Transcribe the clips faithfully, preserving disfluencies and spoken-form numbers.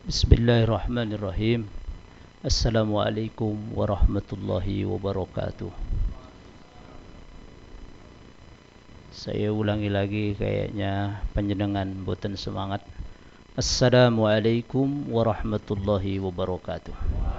Bismillahirrahmanirrahim. Assalamualaikum warahmatullahi wabarakatuh. Saya ulangi lagi kayaknya panjenengan boten semangat. Assalamualaikum warahmatullahi wabarakatuh.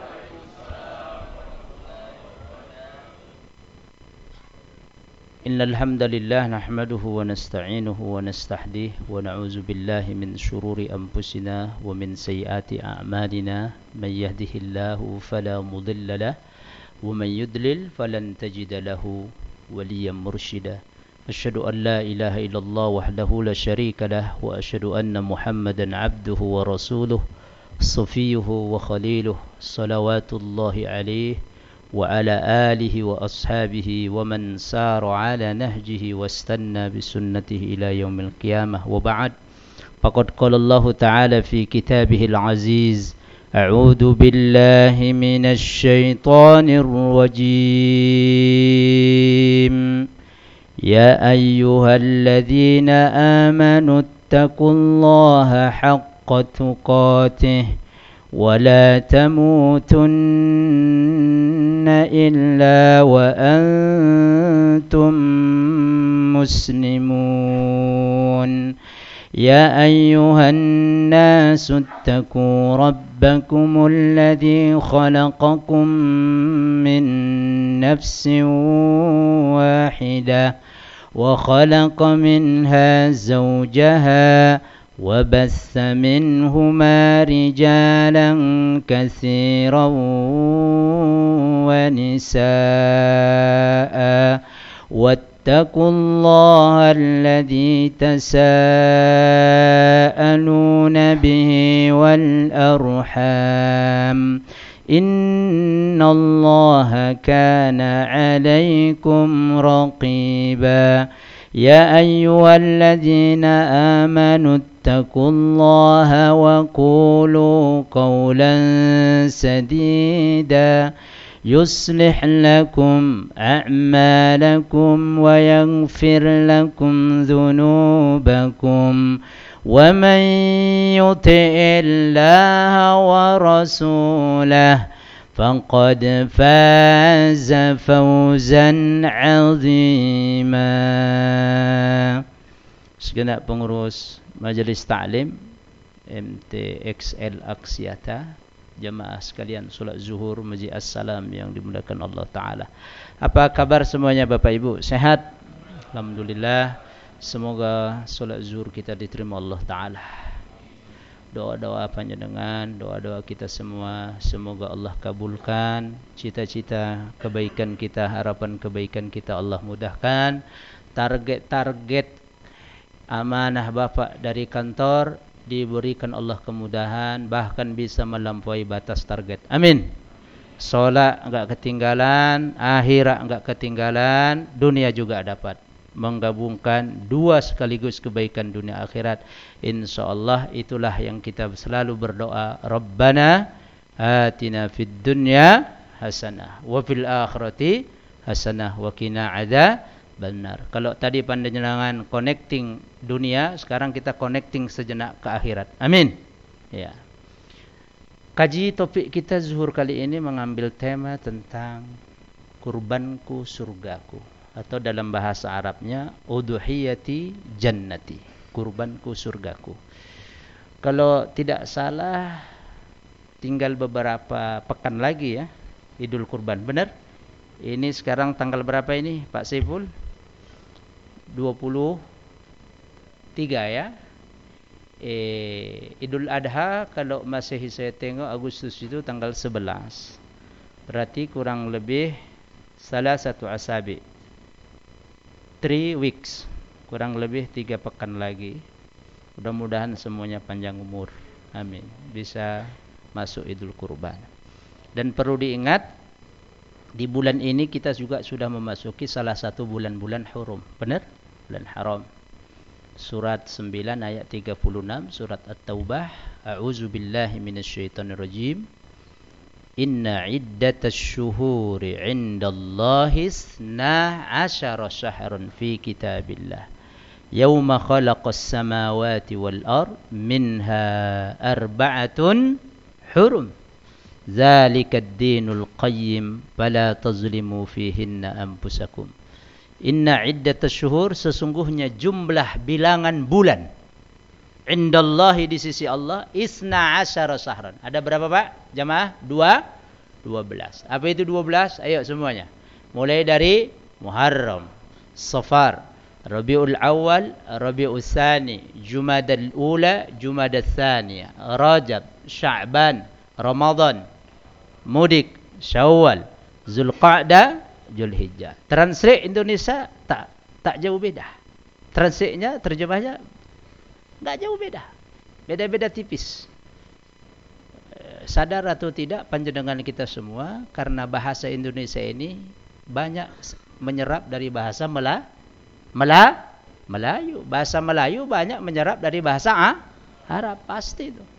Innal hamdalillah nahmaduhu wa nasta'inuhu wa nastahdihi wa na'udzu billahi min shururi anfusina wa min sayyiati a'malina may yahdihillahu fala mudilla lahu wa man yudlil falan tajida lahu waliyan mursyida. Asyhadu an la ilaha illallah wahdahu la syarika lah wa asyhadu anna Muhammadan 'abduhu wa rasuluh safiyuhu wa khaliluh salawatullahi alaihi wa ala alihi wa ashabihi wa man sara ala nahjihi wastanna bisunnatihi ila yaumil qiyamah wa ba'd. Faqad qala Allah ta'ala fi kitabihil aziz a'udzu billahi minasy syaithanir rajim ya ayyuhalladzina amanu taqullaha haqqa tuqatih ولا تموتن إلا وأنتم مسلمون يا أيها الناس اتقوا ربكم الذي خلقكم من نفس واحدة وخلق منها زوجها وبث منهما رجالا كثيرا ونساء واتقوا الله الذي تساءلون به والأرحام إن الله كان عليكم رقيبا يا أيها الذين آمنوا اتقوا الله وقولوا قولا سديدا يصلح لكم أعمالكم ويغفر لكم ذنوبكم ومن يطع الله ورسوله فقد فاز فوزا عظيما. Segenap pengurus Majelis Ta'lim M T X L Aksiata, jamaah sekalian solat zuhur Masjid As-Salam yang dimuliakan Allah Ta'ala. Apa kabar semuanya Bapak Ibu? Sehat? Alhamdulillah. Semoga solat zuhur kita diterima Allah Ta'ala. Doa-doa panjenengan, doa-doa kita semua, semoga Allah kabulkan. Cita-cita kebaikan kita, harapan kebaikan kita Allah mudahkan. Target-target amanah Bapak dari kantor diberikan Allah kemudahan, bahkan bisa melampaui batas target. Amin. Solat enggak ketinggalan, akhirat enggak ketinggalan, dunia juga dapat. Menggabungkan dua sekaligus kebaikan dunia akhirat. InsyaAllah itulah yang kita selalu berdoa. Rabbana atina fid dunya hasanah wa fil akhirati hasanah wa qina adzabannar. Kalau tadi panjenengan connecting dunia, sekarang kita connecting sejenak ke akhirat. Amin. Ya. Kaji topik kita zuhur kali ini mengambil tema tentang kurbanku surgaku, atau dalam bahasa Arabnya udhiyati jannati, kurbanku surgaku. Kalau tidak salah tinggal beberapa pekan lagi ya Idul Kurban, benar? Ini sekarang tanggal berapa ini Pak Saiful? dua puluh tiga ya. Eh, Idul Adha kalau masih saya tengok Agustus itu tanggal sebelas. Berarti kurang lebih salah satu asabi. Three weeks, kurang lebih tiga pekan lagi. Mudah-mudahan semuanya panjang umur, amin, bisa masuk Idul Kurban. Dan perlu diingat, di bulan ini kita juga sudah memasuki salah satu bulan-bulan hurum, benar? Bulan haram. Surat sembilan ayat tiga puluh enam, surat At-Taubah. A'udzu billahi minasyaitonir rajim. Inna iddatasy syuhuri 'indallahi isna asyara syahran fi kitabillah Yauma khalaqas samawati wal ard minha arba'atun hurum. Dzalika ad-dinul qayyim fala tazlimu fihinna anfusakum. Inna iddatash syuhur, sesungguhnya jumlah bilangan bulan indallahi, di sisi Allah, isna asyara syahran. Ada berapa Pak? Jamaah? Dua? Dua belas. Apa itu dua belas? Ayo semuanya. Mulai dari Muharram, Safar, Rabiul Awal, Rabiul Tsani, Jumadal Ula, Jumadal Tsaniyah, Rajab, Sya'ban, Ramadan, Mudik, Syawal, Zulqa'dah, Zulhijjah. Translate Indonesia tak tak jauh beda. Translate-nya, terjemahnya enggak jauh beda. Beda-beda tipis. Sadar atau tidak panjenengan kita semua, karena bahasa Indonesia ini banyak menyerap dari bahasa Mela, Mela, Melayu. Bahasa Melayu banyak menyerap dari bahasa ah, Arab, pasti itu.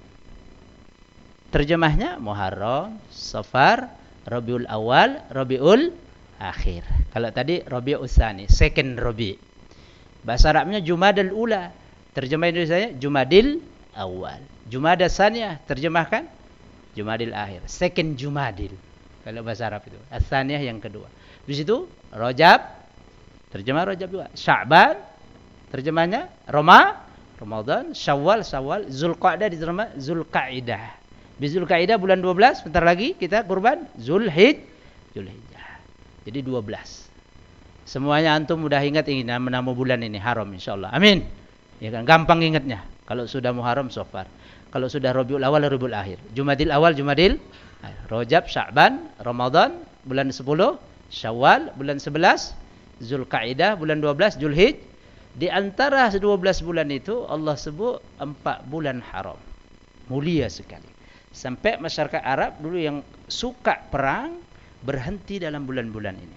Terjemahnya Muharram, Safar, Rabiul Awal, Rabiul Akhir. Kalau tadi Rabiul Tsani, second Rabi. Bahasa Arabnya Jumadal Ula. Terjemah Indonesia Jumadil Awal. Jumadal Tsaniyah, terjemahkan Jumadil Akhir. Second Jumadil. Kalau bahasa Arab itu. Ats-Tsaniyah yang kedua. Di situ Rajab, terjemah Rajab juga. Sya'ban, terjemahnya Roma, Ramadan. Syawal, Syawal. Zulqa'dah diterjemah Zulqa'idah. Di Zulqa'idah bulan dua belas, bentar lagi kita kurban Zulhijjah. Zulhijjah. Jadi dua belas. Semuanya antum mudah ingat ini nama-nama bulan ini haram insyaallah. Amin. Ya kan, gampang ingatnya. Kalau sudah Muharram, Safar. Kalau sudah Rabiul Awal, Rabiul Akhir. Jumadil Awal, Jumadil Rajab, Sya'ban, Ramadan bulan sepuluh, Syawal bulan sebelas, Zulqa'idah bulan dua belas, Zulhijjah. Di antara dua belas bulan itu Allah sebut empat bulan haram. Mulia sekali. Sampai masyarakat Arab dulu yang suka perang berhenti dalam bulan-bulan ini.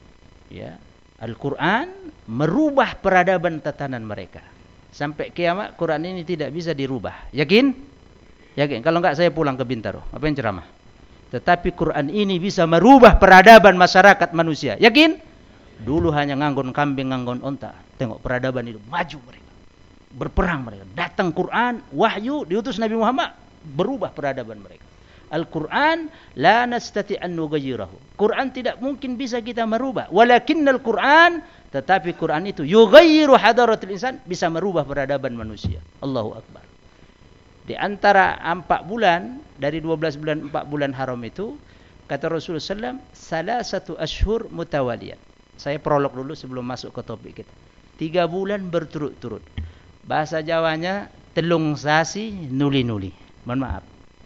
Ya, Al-Quran merubah peradaban tatanan mereka. Sampai kiamat Quran ini tidak bisa dirubah. Yakin? Yakin. Kalau enggak saya pulang ke Bintaro. Apa yang ceramah? Tetapi Quran ini bisa merubah peradaban masyarakat manusia. Yakin? Dulu hanya nganggon kambing, nganggon onta. Tengok peradaban itu maju mereka. Berperang mereka. Datang Quran, wahyu diutus Nabi Muhammad, berubah peradaban mereka. Al-Quran la nastati an nughayyirahu. Quran tidak mungkin bisa kita merubah. Walakinnal Quran, tetapi Quran itu yughayyiru hadaratul insan, bisa merubah peradaban manusia. Allahu Akbar. Di antara empat bulan dari dua belas bulan, empat bulan haram itu, kata Rasulullah sallallahu alaihi wasallam, salah satu ashhur mutawaliyat. Saya prolog dulu sebelum masuk ke topik kita. Tiga bulan berturut-turut. Bahasa Jawanya telung sasi nuli-nuli. Mohon maaf.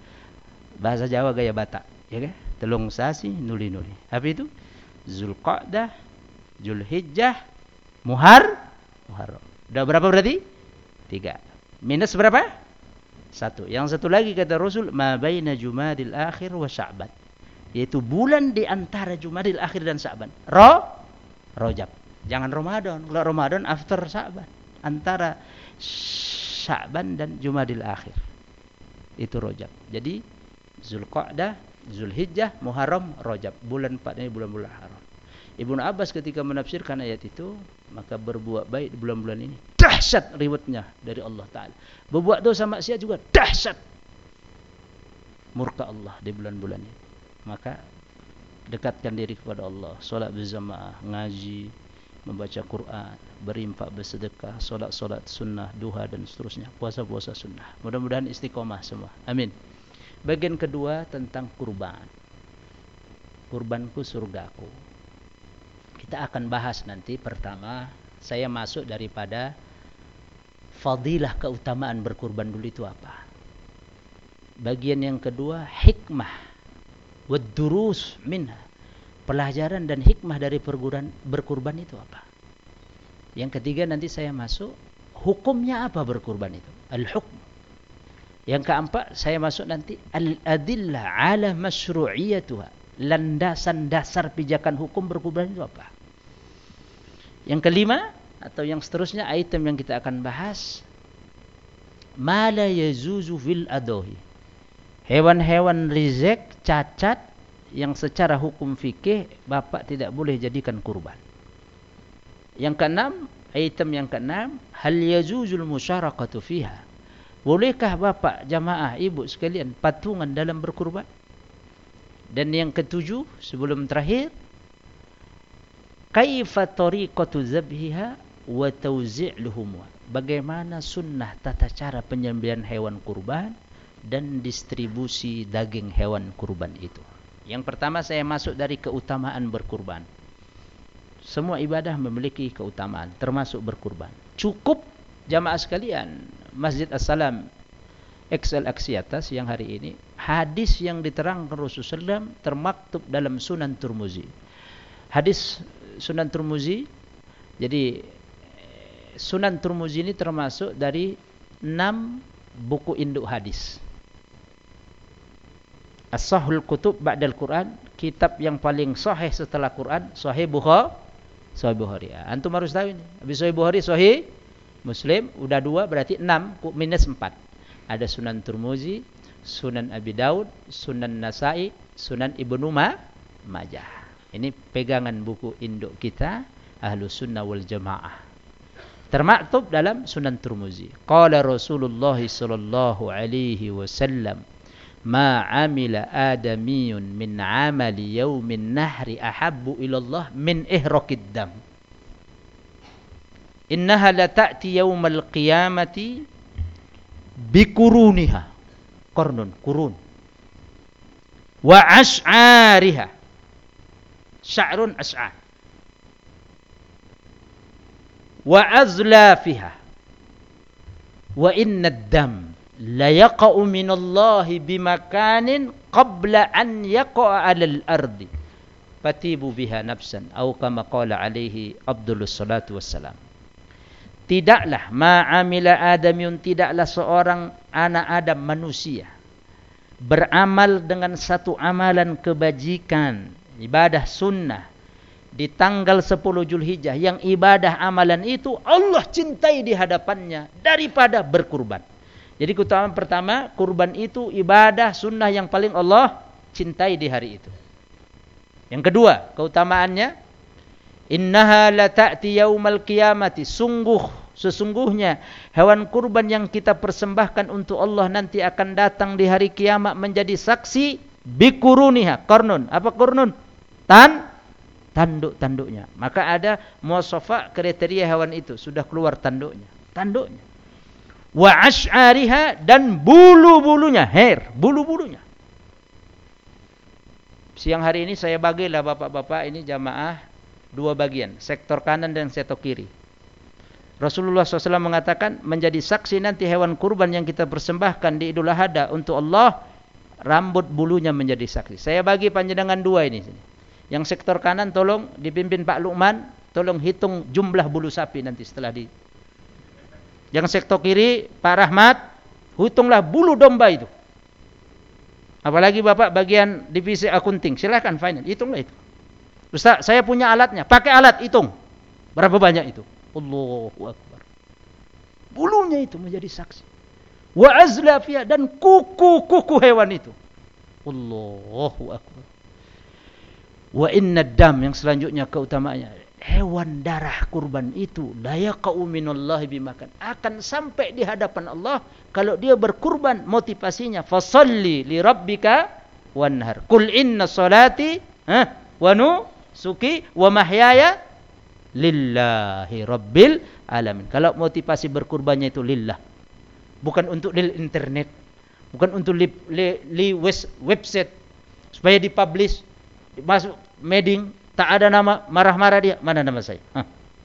Bahasa Jawa gaya Batak, ya kan? Telung sasi nuli-nuli. Apa itu? Zulqa'dah, Zulhijjah, Muhar, Muharram. Udah berapa berarti? Tiga. Minus berapa? Satu. Yang satu lagi kata Rasul, ma baina Jumadil Akhir wa Sya'ban. Yaitu bulan di antara Jumadil Akhir dan Sya'ban. Ro, Rajab. Jangan Ramadan. Kalau Ramadan after Sya'ban. Antara Sya'ban dan Jumadil Akhir. Itu Rajab. Jadi Zulqa'dah, Zulhijjah, Muharram, Rajab. Bulan empat ini bulan-bulan haram. Ibnu Abbas ketika menafsirkan ayat itu, maka berbuat baik di bulan-bulan ini dahsyat rewardnya dari Allah Ta'ala. Berbuat dosa maksiat juga dahsyat murka Allah di bulan-bulan ini. Maka dekatkan diri kepada Allah, solat berjamaah, ngaji, membaca Quran, berinfak, bersedekah, solat-solat sunnah, duha dan seterusnya, puasa-puasa sunnah. Mudah-mudahan istiqomah semua. Amin. Bagian kedua tentang kurban. Kurbanku surgaku. Kita akan bahas nanti. Pertama, saya masuk daripada fadilah keutamaan berkurban dulu itu apa. Bagian yang kedua, hikmah wad durus minha. Pelajaran dan hikmah dari perguran, berkurban itu apa. Yang ketiga nanti saya masuk, hukumnya apa berkurban itu. Al-hukm. Yang keempat saya masuk nanti al-adillah ala masyru'iyatuha. Landasan dasar pijakan hukum berkurban itu apa. Yang kelima atau yang seterusnya item yang kita akan bahas, ma la yazuzu fil adahi. Hewan-hewan rizek cacat yang secara hukum fikih bapak tidak boleh jadikan kurban. Yang keenam, item yang keenam, hal yazuzul musyarakatu fiha. Bolehkah bapak, jamaah, ibu sekalian patungan dalam berkurban? Dan yang ketujuh, sebelum terakhir, kaifa tariqatu zabhiha wa tawzi' luhumha. Bagaimana sunnah tata cara penyembelihan hewan kurban dan distribusi daging hewan kurban itu. Yang pertama saya masuk dari keutamaan berkurban. Semua ibadah memiliki keutamaan, termasuk berkurban. Cukup jamaah sekalian, Masjid As-Salam X L Axiatas yang hari ini, hadis yang diterangkan Rasulullah shallallahu alaihi wasallam termaktub dalam Sunan Tirmizi. Hadis Sunan Tirmizi, jadi Sunan Tirmizi ini termasuk dari enam buku induk hadis. As-Sahihul Kutub ba'dal Quran, kitab yang paling sahih setelah Quran, Sahih Bukhari. Sahih Bukhari. Antum harus tahu ini. Habis Sahih Bukhari, Sahih Muslim, udah dua berarti enam, minus empat. Ada Sunan Tirmizi, Sunan Abi Daud, Sunan Nasa'i, Sunan Ibnu Majah. Ini pegangan buku induk kita, Ahlus Sunnah wal Jamaah. Termaktub dalam Sunan Tirmizi. Qala Rasulullah sallallahu alaihi wasallam, ma amila adamiyun min amali yaumin nahri ahabbu ilallah min ihraqid dam. Innaha la ta'ti yaumal qiyamati bikuruniha, qarnun, kurun, wa ash'ariha, sya'run ash'ar, wa azlafiha, wa inna ad-dam la yaqa'u minallahi bimakanin qabla an yaqa'a 'alal ardi fatibu biha nafsan, atau kama qala alaihi Abdulus salatu wassalam. Tidaklah ma'amila adamiyun, tidaklah seorang anak Adam manusia beramal dengan satu amalan kebajikan, ibadah sunnah di tanggal sepuluh Zulhijjah, yang ibadah amalan itu Allah cintai di hadapannya daripada berkurban. Jadi keutamaan pertama, kurban itu ibadah sunnah yang paling Allah cintai di hari itu. Yang kedua, keutamaannya, innaha la ta'ti yaumal qiyamati, sungguh sesungguhnya hewan kurban yang kita persembahkan untuk Allah nanti akan datang di hari kiamat menjadi saksi bikuruniha, qarnun. Apa qarnun? Tan tanduk-tanduknya. Maka ada muwasafa, kriteria hewan itu sudah keluar tanduknya, tanduknya. Wa ash'ariha, dan bulu-bulunya, hair, bulu-bulunya. Siang hari ini saya bagilah bapak-bapak ini jamaah dua bagian, sektor kanan dan sektor kiri. Rasulullah shallallahu alaihi wasallam mengatakan menjadi saksi nanti hewan kurban yang kita persembahkan di Idul Adha untuk Allah, rambut bulunya menjadi saksi. Saya bagi panjenengan dua ini. Yang sektor kanan tolong dipimpin Pak Lukman, tolong hitung jumlah bulu sapi nanti setelah di. Yang sektor kiri Pak Rahmat, hitunglah bulu domba itu. Apalagi Bapak bagian divisi akunting, silakan final, hitunglah itu. Ustaz, saya punya alatnya, pakai alat, hitung. Berapa banyak itu? Allahu Akbar. Bulunya itu menjadi saksi. Wa azlafiyah, dan kuku-kuku hewan itu. Allahu Akbar. Wa inna dam, yang selanjutnya keutamaannya, hewan darah kurban itu la yaqa'u minallahi bimakan, akan sampai di hadapan Allah kalau dia berkurban. Motivasinya, fasalli li rabbika wanhar, qul inna salati ha, wa nusuki wa mahyaya lillahi rabbil alamin. Kalau motivasi berkurbannya itu lillah, bukan untuk lil internet, bukan untuk li, li, li website supaya dipublish, masuk meeting, tak ada nama, marah-marah dia, mana nama saya? Hah.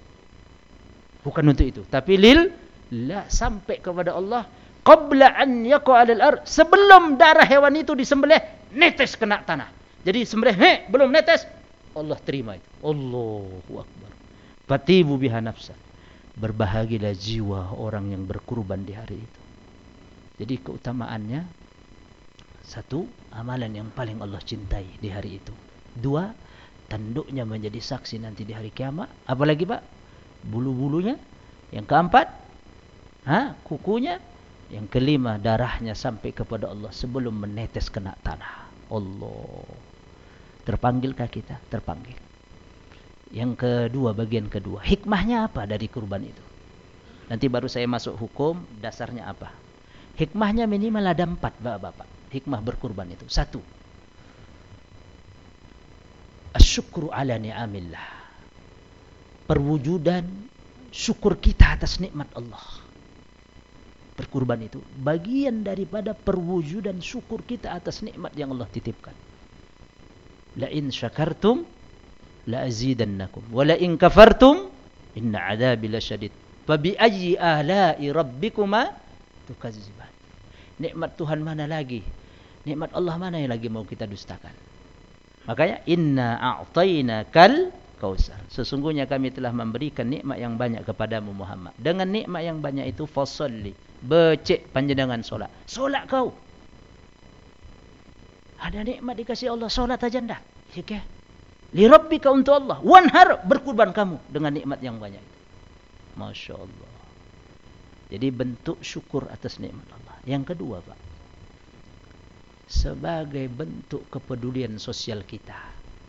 Bukan untuk itu, tapi lillah, sampai kepada Allah qabla an yaqa 'alal ard, sebelum darah hewan itu disembelih netes kena tanah. Jadi sembelih, he, belum netes, Allah terima itu. Allahu Akbar. Fatibu biha nafsan, berbahagialah jiwa orang yang berkurban di hari itu. Jadi keutamaannya, satu, amalan yang paling Allah cintai di hari itu. Dua, tanduknya menjadi saksi nanti di hari kiamat. Apalagi Pak? Bulu-bulunya. Yang keempat, ha, kukunya. Yang kelima, darahnya sampai kepada Allah sebelum menetes kena tanah. Allah. Terpanggilkah kita? Terpanggil. Yang kedua, bagian kedua, hikmahnya apa dari kurban itu? Nanti baru saya masuk hukum, dasarnya apa? Hikmahnya minimal ada empat, bapak-bapak. Hikmah berkurban itu. Satu, asyukru ala ni'amillah. Perwujudan syukur kita atas nikmat Allah. Berkurban itu bagian daripada perwujudan syukur kita atas nikmat yang Allah titipkan. La in syakartum la azidannakum wa la in kafartum inna adzabi lasyadid. Fa bi ayyi ala'i rabbikuma tukazziban. Nikmat Tuhan mana lagi? Nikmat Allah mana yang lagi mau kita dustakan? Makanya inna a'tainakal kautsar. Sesungguhnya kami telah memberikan nikmat yang banyak kepadamu Muhammad. Dengan nikmat yang banyak itu fasalli, becek panjenengan solat. Solat kau. Ada nikmat dikasih Allah, solat aja ndak. Okey. Li rabbika untuk Allah. Wanhar, berkurban kamu dengan nikmat yang banyak itu. Masya Allah. Jadi bentuk syukur atas nikmat Allah. Yang kedua, Pak, sebagai bentuk kepedulian sosial kita,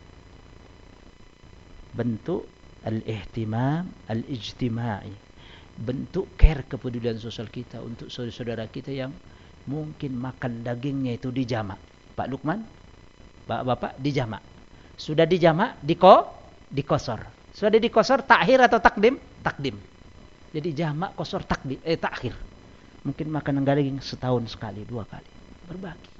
bentuk al-ihtimam al-ijtima'i, bentuk care kepedulian sosial kita untuk saudara-saudara kita yang mungkin makan dagingnya itu dijamak. Pak Lukman, Pak Bapak dijamak. Sudah dijamak, diko, dikosor. Sudah dikosor, takhir atau takdim? Takdim. Jadi jamak, kosor, takdim, eh takhir. Mungkin makan daging setahun sekali, dua kali. Berbagi.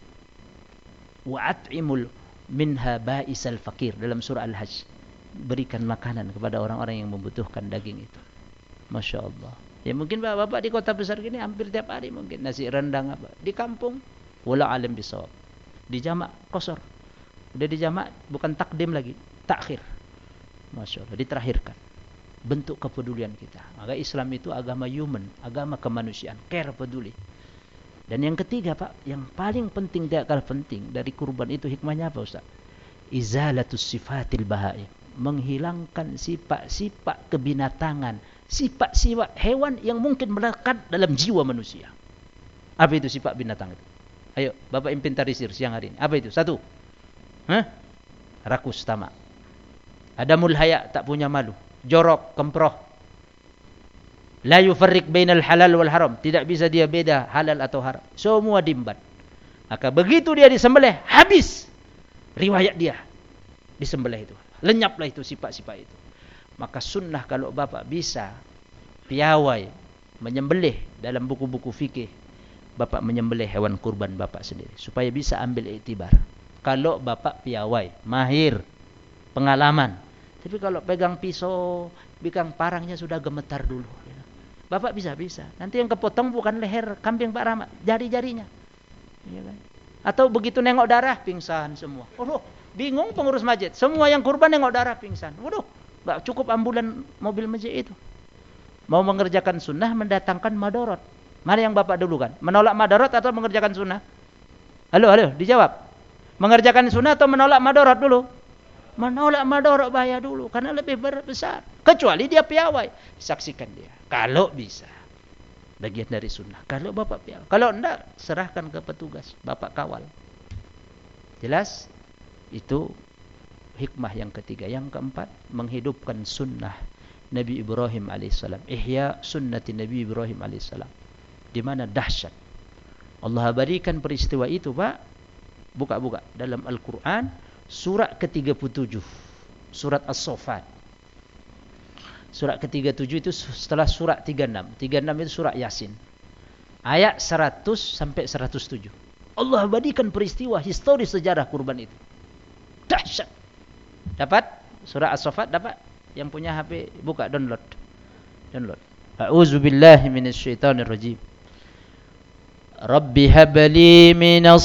Wa at'imul minha ba'isal fakir dalam surah Al-Hajj. Berikan makanan kepada orang-orang yang membutuhkan daging itu. Masya Allah. Ya mungkin bapak-bapak di kota besar gini hampir tiap hari mungkin nasi rendang apa. Di kampung, wala alim bisawab. Dijamak, kosor. Udah dijamak, bukan takdim lagi, takhir. Masya Allah, diterakhirkan. Bentuk kepedulian kita. Maka Islam itu agama human, agama kemanusiaan, care, peduli. Dan yang ketiga, Pak, yang paling penting, tidak kalah penting dari kurban itu, hikmahnya apa, Ustaz? Izalatus sifatil bahaim. Menghilangkan sifat-sifat kebinatangan, sifat-sifat hewan yang mungkin melekat dalam jiwa manusia. Apa itu sifat binatang itu? Ayo, Bapak inventarisir siang hari ini. Apa itu? Satu. Hah? Rakus, tamak. Adamul haya, tak punya malu. Jorok, kemproh. La yufarriq bainal halal wal haram. Tidak bisa dia beda halal atau haram. Semua dimbat. Maka begitu dia disembelih, habis riwayat dia. Disembelih itu. Lenyaplah itu sifat-sifat itu. Maka sunnah kalau Bapak bisa piawai menyembelih dalam buku-buku fikih, Bapak menyembelih hewan kurban Bapak sendiri supaya bisa ambil iktibar. Kalau Bapak piawai, mahir, pengalaman. Tapi kalau pegang pisau, pegang parangnya sudah gemetar dulu. Bapak bisa-bisa. Nanti yang kepotong bukan leher kambing Pak Rahmat, jari-jarinya. Ya kan? Atau begitu nengok darah, pingsan semua. Waduh, bingung pengurus masjid. Semua yang kurban nengok darah, pingsan. Waduh, gak cukup ambulan mobil masjid itu. Mau mengerjakan sunnah, mendatangkan madorot. Mana yang Bapak dulu kan? Menolak madorot atau mengerjakan sunnah? Halo, halo, dijawab. Mengerjakan sunnah atau menolak madorot dulu? Menolak madorot bahaya dulu. Karena lebih besar. Kecuali dia piawai. Saksikan dia. Kalau bisa. Bagian dari sunnah. Kalau Bapak piawai. Kalau enggak, serahkan ke petugas. Bapak kawal. Jelas? Itu hikmah yang ketiga. Yang keempat, menghidupkan sunnah Nabi Ibrahim alaihissalam. Ihya sunnati Nabi Ibrahim alaihissalam. Di mana dahsyat. Allah berikan peristiwa itu, Pak. Buka-buka dalam Al-Quran. Surat ke tiga puluh tujuh. Surat As-Saffat. Surat ke tiga puluh tujuh itu setelah surat tiga puluh enam. tiga puluh enam itu surat Yasin. Ayat seratus sampai seratus tujuh. Allah berikan peristiwa historis sejarah kurban itu. Dahsyat. Dapat? Surah As-Saffat dapat? Yang punya H P buka, download. Download. A'udzubillahi minasyaitonirrajim. Rabbi habli minas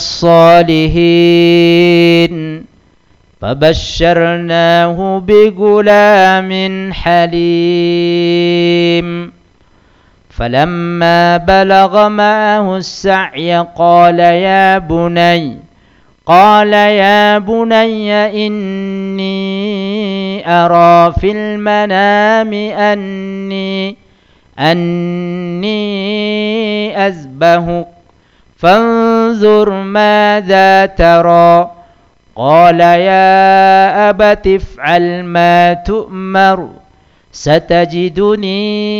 salihin. فبشرناه بغلام حليم فلما بلغ معه السعي قال يا بني قال يا بني إني أرى في المنام أني أني أذبحك فانظر ماذا ترى Qala ya abati if'al ma tu'mar satajiduni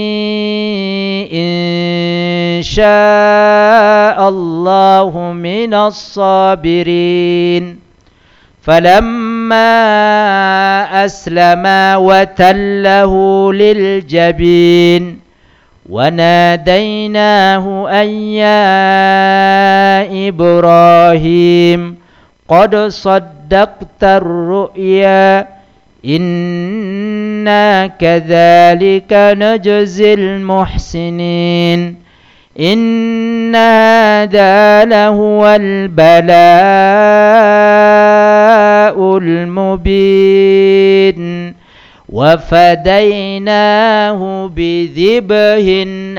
insya'allahu minas sabirin. Falamma aslama wa tallahu lil jabin wa nadainahu an ya Ibrahim qad saddaqta ar-ru'ya inna kadzalika najzil muhsinin inna hadza lahuwal bala'ul mubin wa fadainahu bidhibhin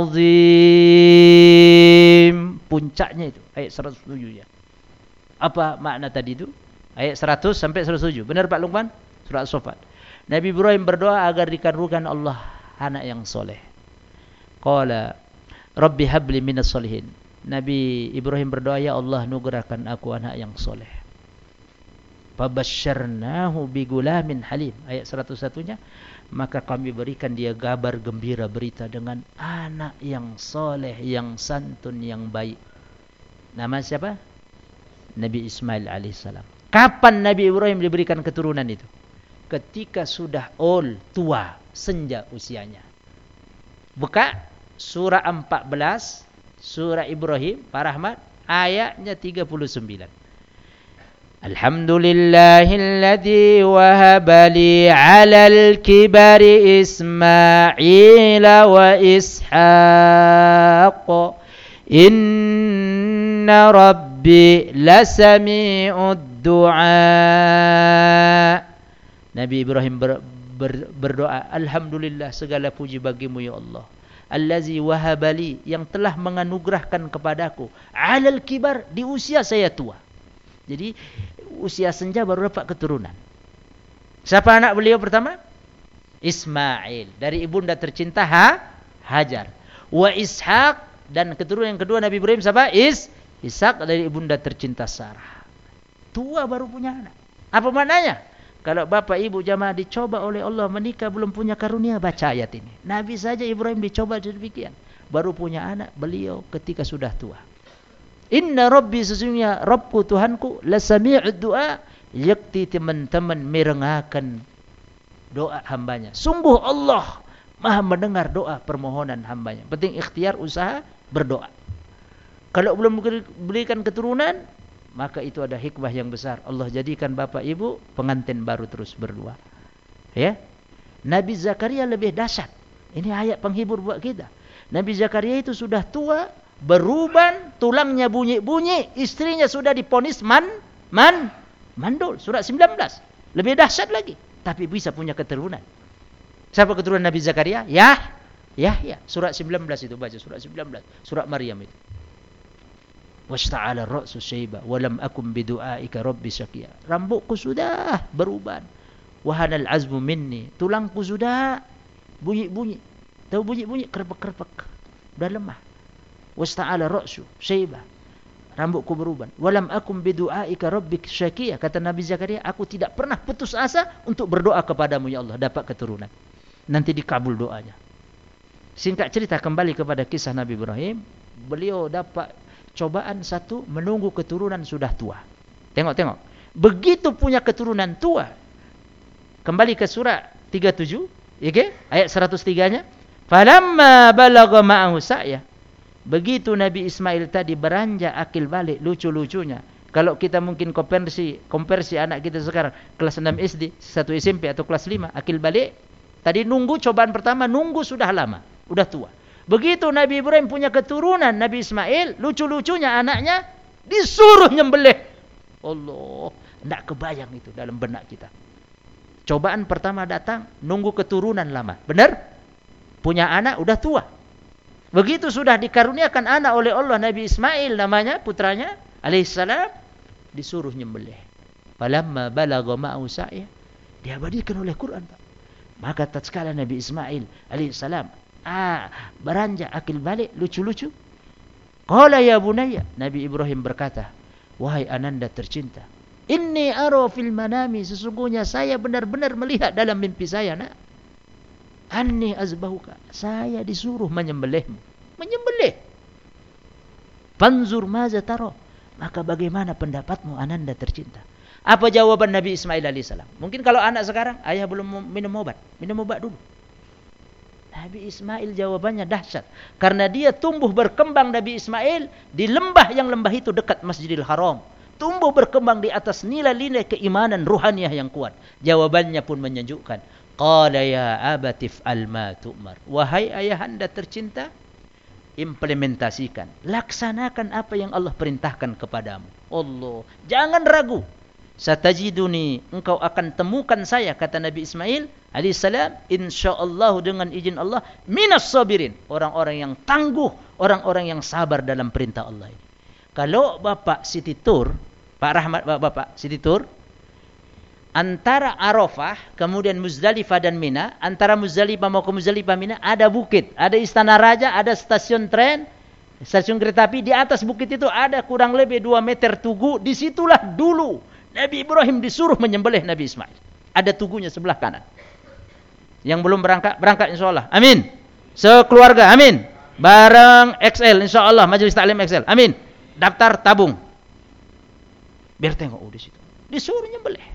'azim. Puncaknya itu ayat seratus tujuh ya. Apa makna tadi itu? Ayat seratus sampai seratus tujuh. Benar Pak Luqman? Surah As-Saffat. Nabi Ibrahim berdoa agar dikaruniakan Allah anak yang soleh. Qala Rabbi habli minas solihin. Nabi Ibrahim berdoa, ya Allah nugerahkan aku anak yang soleh. Fabasyarnahu bigulamin halim. Ayat seratus satu-nya. Maka kami berikan dia kabar gembira berita dengan anak yang soleh, yang santun, yang baik. Nama siapa? Nabi Ismail alaihissalam. Kapan Nabi Ibrahim diberikan keturunan itu? Ketika sudah old, tua, senja usianya. Buka surah empat belas, surah Ibrahim, Pak Rahmat, ayatnya tiga puluh sembilan. Alhamdulillahilladzi wahaba li 'alal kibari Ismaila wa Ishaq. Inna rabbi lasami'ud du'a. Nabi Ibrahim ber, ber, berdoa, alhamdulillah segala puji bagimu ya Allah. Allazi wahabali, yang telah menganugerahkan kepadaku 'alal kibar, di usia saya tua. Jadi usia senja baru dapat keturunan. Siapa anak beliau pertama? Ismail, dari ibunda tercinta ha? Hajar. Wa Ishaq, dan keturunan yang kedua Nabi Ibrahim siapa? Is Ishaq, dari ibunda tercinta Sarah. Tua baru punya anak. Apa maknanya? Kalau bapak ibu jamaah dicoba oleh Allah menikah belum punya karunia, baca ayat ini. Nabi saja Ibrahim dicoba demikian, baru punya anak beliau ketika sudah tua. Inna rabbi, sesungguhnya Rabbku Tuhanku, lasami'ud du'a, yakti teman-teman merengakan doa hambanya. Sungguh Allah maha mendengar doa permohonan hambanya. Penting ikhtiar, usaha, berdoa. Kalau belum berikan keturunan, maka itu ada hikmah yang besar. Allah jadikan bapak ibu pengantin baru terus berdua. Ya. Nabi Zakaria lebih dahsyat. Ini ayat penghibur buat kita. Nabi Zakaria itu sudah tua, beruban, tulangnya bunyi-bunyi, istrinya sudah diponis man, man, mandul. Surat sembilan belas. Lebih dahsyat lagi. Tapi bisa punya keturunan. Siapa keturunan Nabi Zakaria? Yah, Yahya. Surat sembilan belas itu baca. Surat sembilan belas. Surat Maryam itu. Washta'ala ra'su syaiba walam akum bidu'aika rabbi syaqiya. Rambutku sudah beruban, wahanal azmu minni, tulangku sudah bunyi-bunyi. Tahu bunyi-bunyi, kerpek-kerpek, sudah lemah. Washta'ala ra'su syaiba, rambutku beruban. Walam akum bidu'aika rabbi syaqiya. Kata Nabi Zakaria, aku tidak pernah putus asa untuk berdoa kepadamu ya Allah, dapat keturunan. Nanti dikabul doanya. Singkat cerita, kembali kepada kisah Nabi Ibrahim. Beliau dapat cobaan satu, menunggu keturunan sudah tua. Tengok-tengok. Begitu punya keturunan tua. Kembali ke surah tiga puluh tujuh, okay? Ayat seratus tiga-nya. Falamma balagha ma'ahu sa'ya. Begitu Nabi Ismail tadi beranjak akil balik, lucu-lucunya. Kalau kita mungkin konversi, konversi anak kita sekarang kelas enam S D, satu S M P atau kelas lima, akil balik. Tadi nunggu cobaan pertama, nunggu sudah lama, udah tua. Begitu Nabi Ibrahim punya keturunan Nabi Ismail, lucu-lucunya anaknya disuruh nyembelih. Allah, tidak kebayang itu dalam benak kita. Cobaan pertama datang, nunggu keturunan lama. Benar? Punya anak udah tua. Begitu sudah dikaruniakan anak oleh Allah, Nabi Ismail namanya, putranya alaihissalam, disuruh nyembelih. Falamma balagha ma'ahu sa'ya, diabadikan oleh Quran. Maka tatkala Nabi Ismail alaihissalam Ah, beranjak akil balik, lucu-lucu. Qala ya bunayya, Nabi Ibrahim berkata, wahai ananda tercinta, Inni ara fil manami, sesungguhnya saya benar-benar melihat dalam mimpi saya, nak. Anni azbahuka, saya disuruh menyembelihmu. Menyembelih. Fanzur maza tara, maka bagaimana pendapatmu ananda tercinta? Apa jawaban Nabi Ismail alaihissalam? Mungkin kalau anak sekarang, ayah belum minum obat, minum obat dulu. Nabi Ismail jawabannya dahsyat. Karena dia tumbuh berkembang Nabi Ismail di lembah yang lembah itu dekat Masjidil Haram. Tumbuh berkembang di atas nilai-nilai keimanan ruhaniah yang kuat. Jawabannya pun menyejukkan. Qala ya abatif alma tu'mar. Wahai ayahanda tercinta, implementasikan, laksanakan apa yang Allah perintahkan kepadamu. Allah, jangan ragu. Satajiduni, engkau akan temukan saya, kata Nabi Ismail alaihissalam, insyaallah dengan izin Allah, minas sabirin, orang-orang yang tangguh, orang-orang yang sabar dalam perintah Allah ini. Kalau Bapak Siti Tur, Pak Rahmat, Bapak Siti Tur, antara Arafah, kemudian Muzdalifah dan Mina, antara Muzdalifah mau ke Muzdalifah Mina, ada bukit, ada istana raja, ada stasiun tren, stasiun kereta api. Di atas bukit itu ada kurang lebih dua meter tugu. Disitulah dulu Nabi Ibrahim disuruh menyembelih Nabi Ismail. Ada tugunya sebelah kanan. Yang belum berangkat, berangkat insya Allah. Amin. Sekeluarga, amin. Bareng X L, insya Allah. Majelis Taklim X L, amin. Daftar tabung. Biar tengok, oh di situ. Disuruh nyembelih.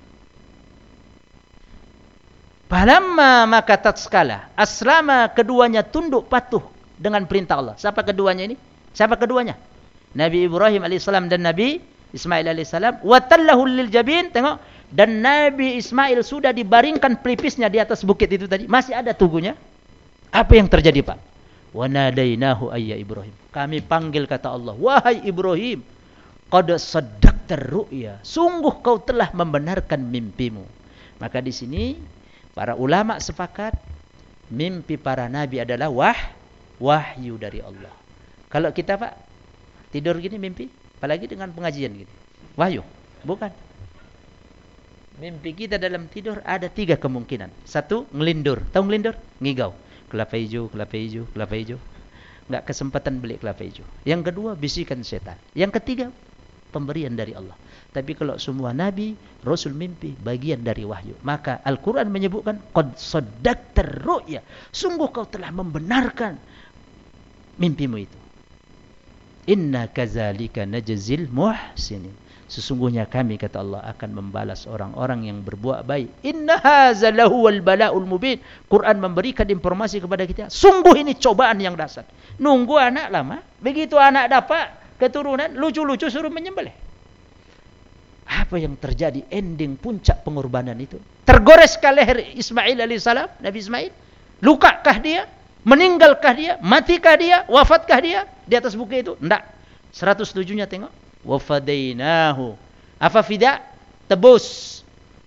Falamma maka tatskala aslama, keduanya tunduk patuh dengan perintah Allah. Siapa keduanya ini? Siapa keduanya? Nabi Ibrahim alaihissalam dan Nabi Ismail alaihissalam. Wa tallahu lil jabin, tengok. Dan Nabi Ismail sudah dibaringkan pelipisnya di atas bukit itu tadi. Masih ada tugunya. Apa yang terjadi, Pak? Wa nadainahu ayya Ibrahim. Kami panggil, kata Allah, wahai Ibrahim, qad saddaqtar ru'ya. Sungguh kau telah membenarkan mimpimu. Maka di sini para ulama sepakat mimpi para nabi adalah wah, wahyu dari Allah. Kalau kita, Pak, tidur gini mimpi, apalagi dengan pengajian gini, wahyu? Bukan. Mimpi kita dalam tidur ada tiga kemungkinan. Satu, ngelindur. Tahu ngelindur? Ngigau. Kelapa hijau, kelapa hijau, kelapa hijau. Enggak kesempatan beli kelapa hijau. Yang kedua, bisikan setan. Yang ketiga, pemberian dari Allah. Tapi kalau semua nabi, rasul mimpi, bagian dari wahyu. Maka Al-Quran menyebutkan, qad saddaqtar ru'ya. Sungguh kau telah membenarkan mimpimu itu. Inna kazalika najzil muhsinin. Sesungguhnya kami, kata Allah, akan membalas orang-orang yang berbuat baik. Inna hadza lahuwal bala'ul mubin. Quran memberikan informasi kepada kita, sungguh ini cobaan yang dahsyat. Nunggu anak lama, begitu anak dapat keturunan, lucu-lucu suruh menyembelih. Apa yang terjadi? Ending puncak pengorbanan itu. Tergoreskah leher Ismail alaihissalam, Nabi Ismail? Lukakah dia? Meninggalkah dia? Matikah dia? Wafatkah dia di atas bukit itu? Tidak. seratus tujuh-nya tengok. Wafadainahu. Apa fida? Tebus.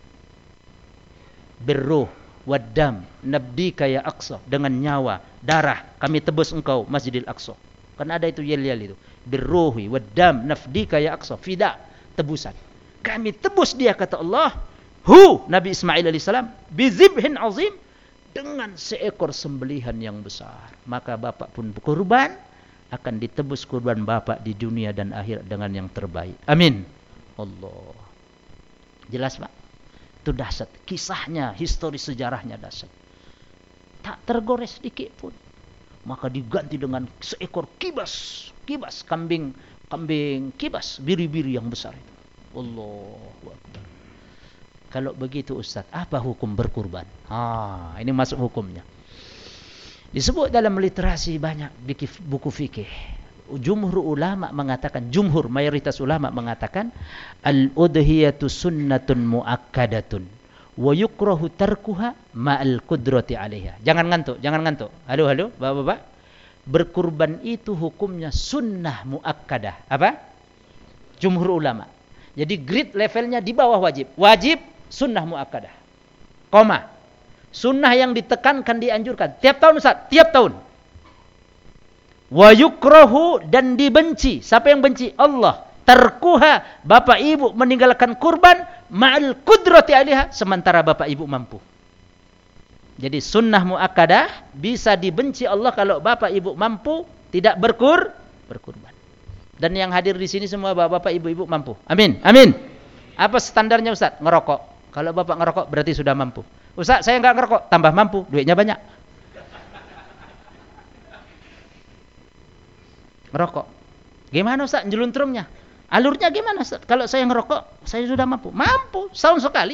Birruh waddam nabdika ya Aqsa, dengan nyawa, darah kami tebus engkau Masjidil Aqsa. Kan ada itu yel-yel itu. Birruhi waddam nafdika ya Aqsa. Fida, tebusan. Kami tebus dia, kata Allah. Hu, Nabi Ismail alaihissalam, bizibhin azim, dengan seekor sembelihan yang besar. Maka bapak pun berkorban, akan ditebus kurban bapak di dunia dan akhirat dengan yang terbaik. Amin. Allah. Jelas, Pak? Itu dahsyat. Kisahnya, histori sejarahnya dahsyat. Tak tergores sedikit pun. Maka diganti dengan seekor kibas. Kibas, kambing, kambing kibas, biri-biri yang besar itu. Allahu Akbar. Kalau begitu, Ustaz, apa hukum berkurban? Ah, ini masuk hukumnya. Disebut dalam literasi banyak buku fikih. Jumhur ulama mengatakan, jumhur mayoritas ulama mengatakan, al-udhiyatu sunnatun muakkadatun wa yukrahu tarkuha ma'al qudrati 'alaiha. Jangan ngantuk, jangan ngantuk. Halo, halo, Bapak-bapak. Berkurban itu hukumnya sunnah muakkadah. Apa? Jumhur ulama. Jadi grade levelnya di bawah wajib. Wajib sunnah muakkadah. Koma. Sunnah yang ditekankan, dianjurkan. Tiap tahun, Ustaz, tiap tahun. Wa yukrahu, dan dibenci. Siapa yang benci? Allah. Tarkuha, bapak ibu meninggalkan kurban, ma'al qudrati 'alaiha, sementara bapak ibu mampu. Jadi sunnah muakkadah bisa dibenci Allah kalau bapak ibu mampu tidak berkur berkurban. Dan yang hadir di sini semua bapak-bapak, ibu-ibu mampu. Amin. Amin. Apa standarnya Ustaz? Ngerokok. Kalau Bapak ngerokok berarti sudah mampu. Ustaz, saya nggak ngerokok, tambah mampu, duitnya banyak. Ngerokok. Gimana Ustaz jeluntrumnya? Alurnya gimana Ustaz? Kalau saya ngerokok, saya sudah mampu. Mampu, setahun sekali.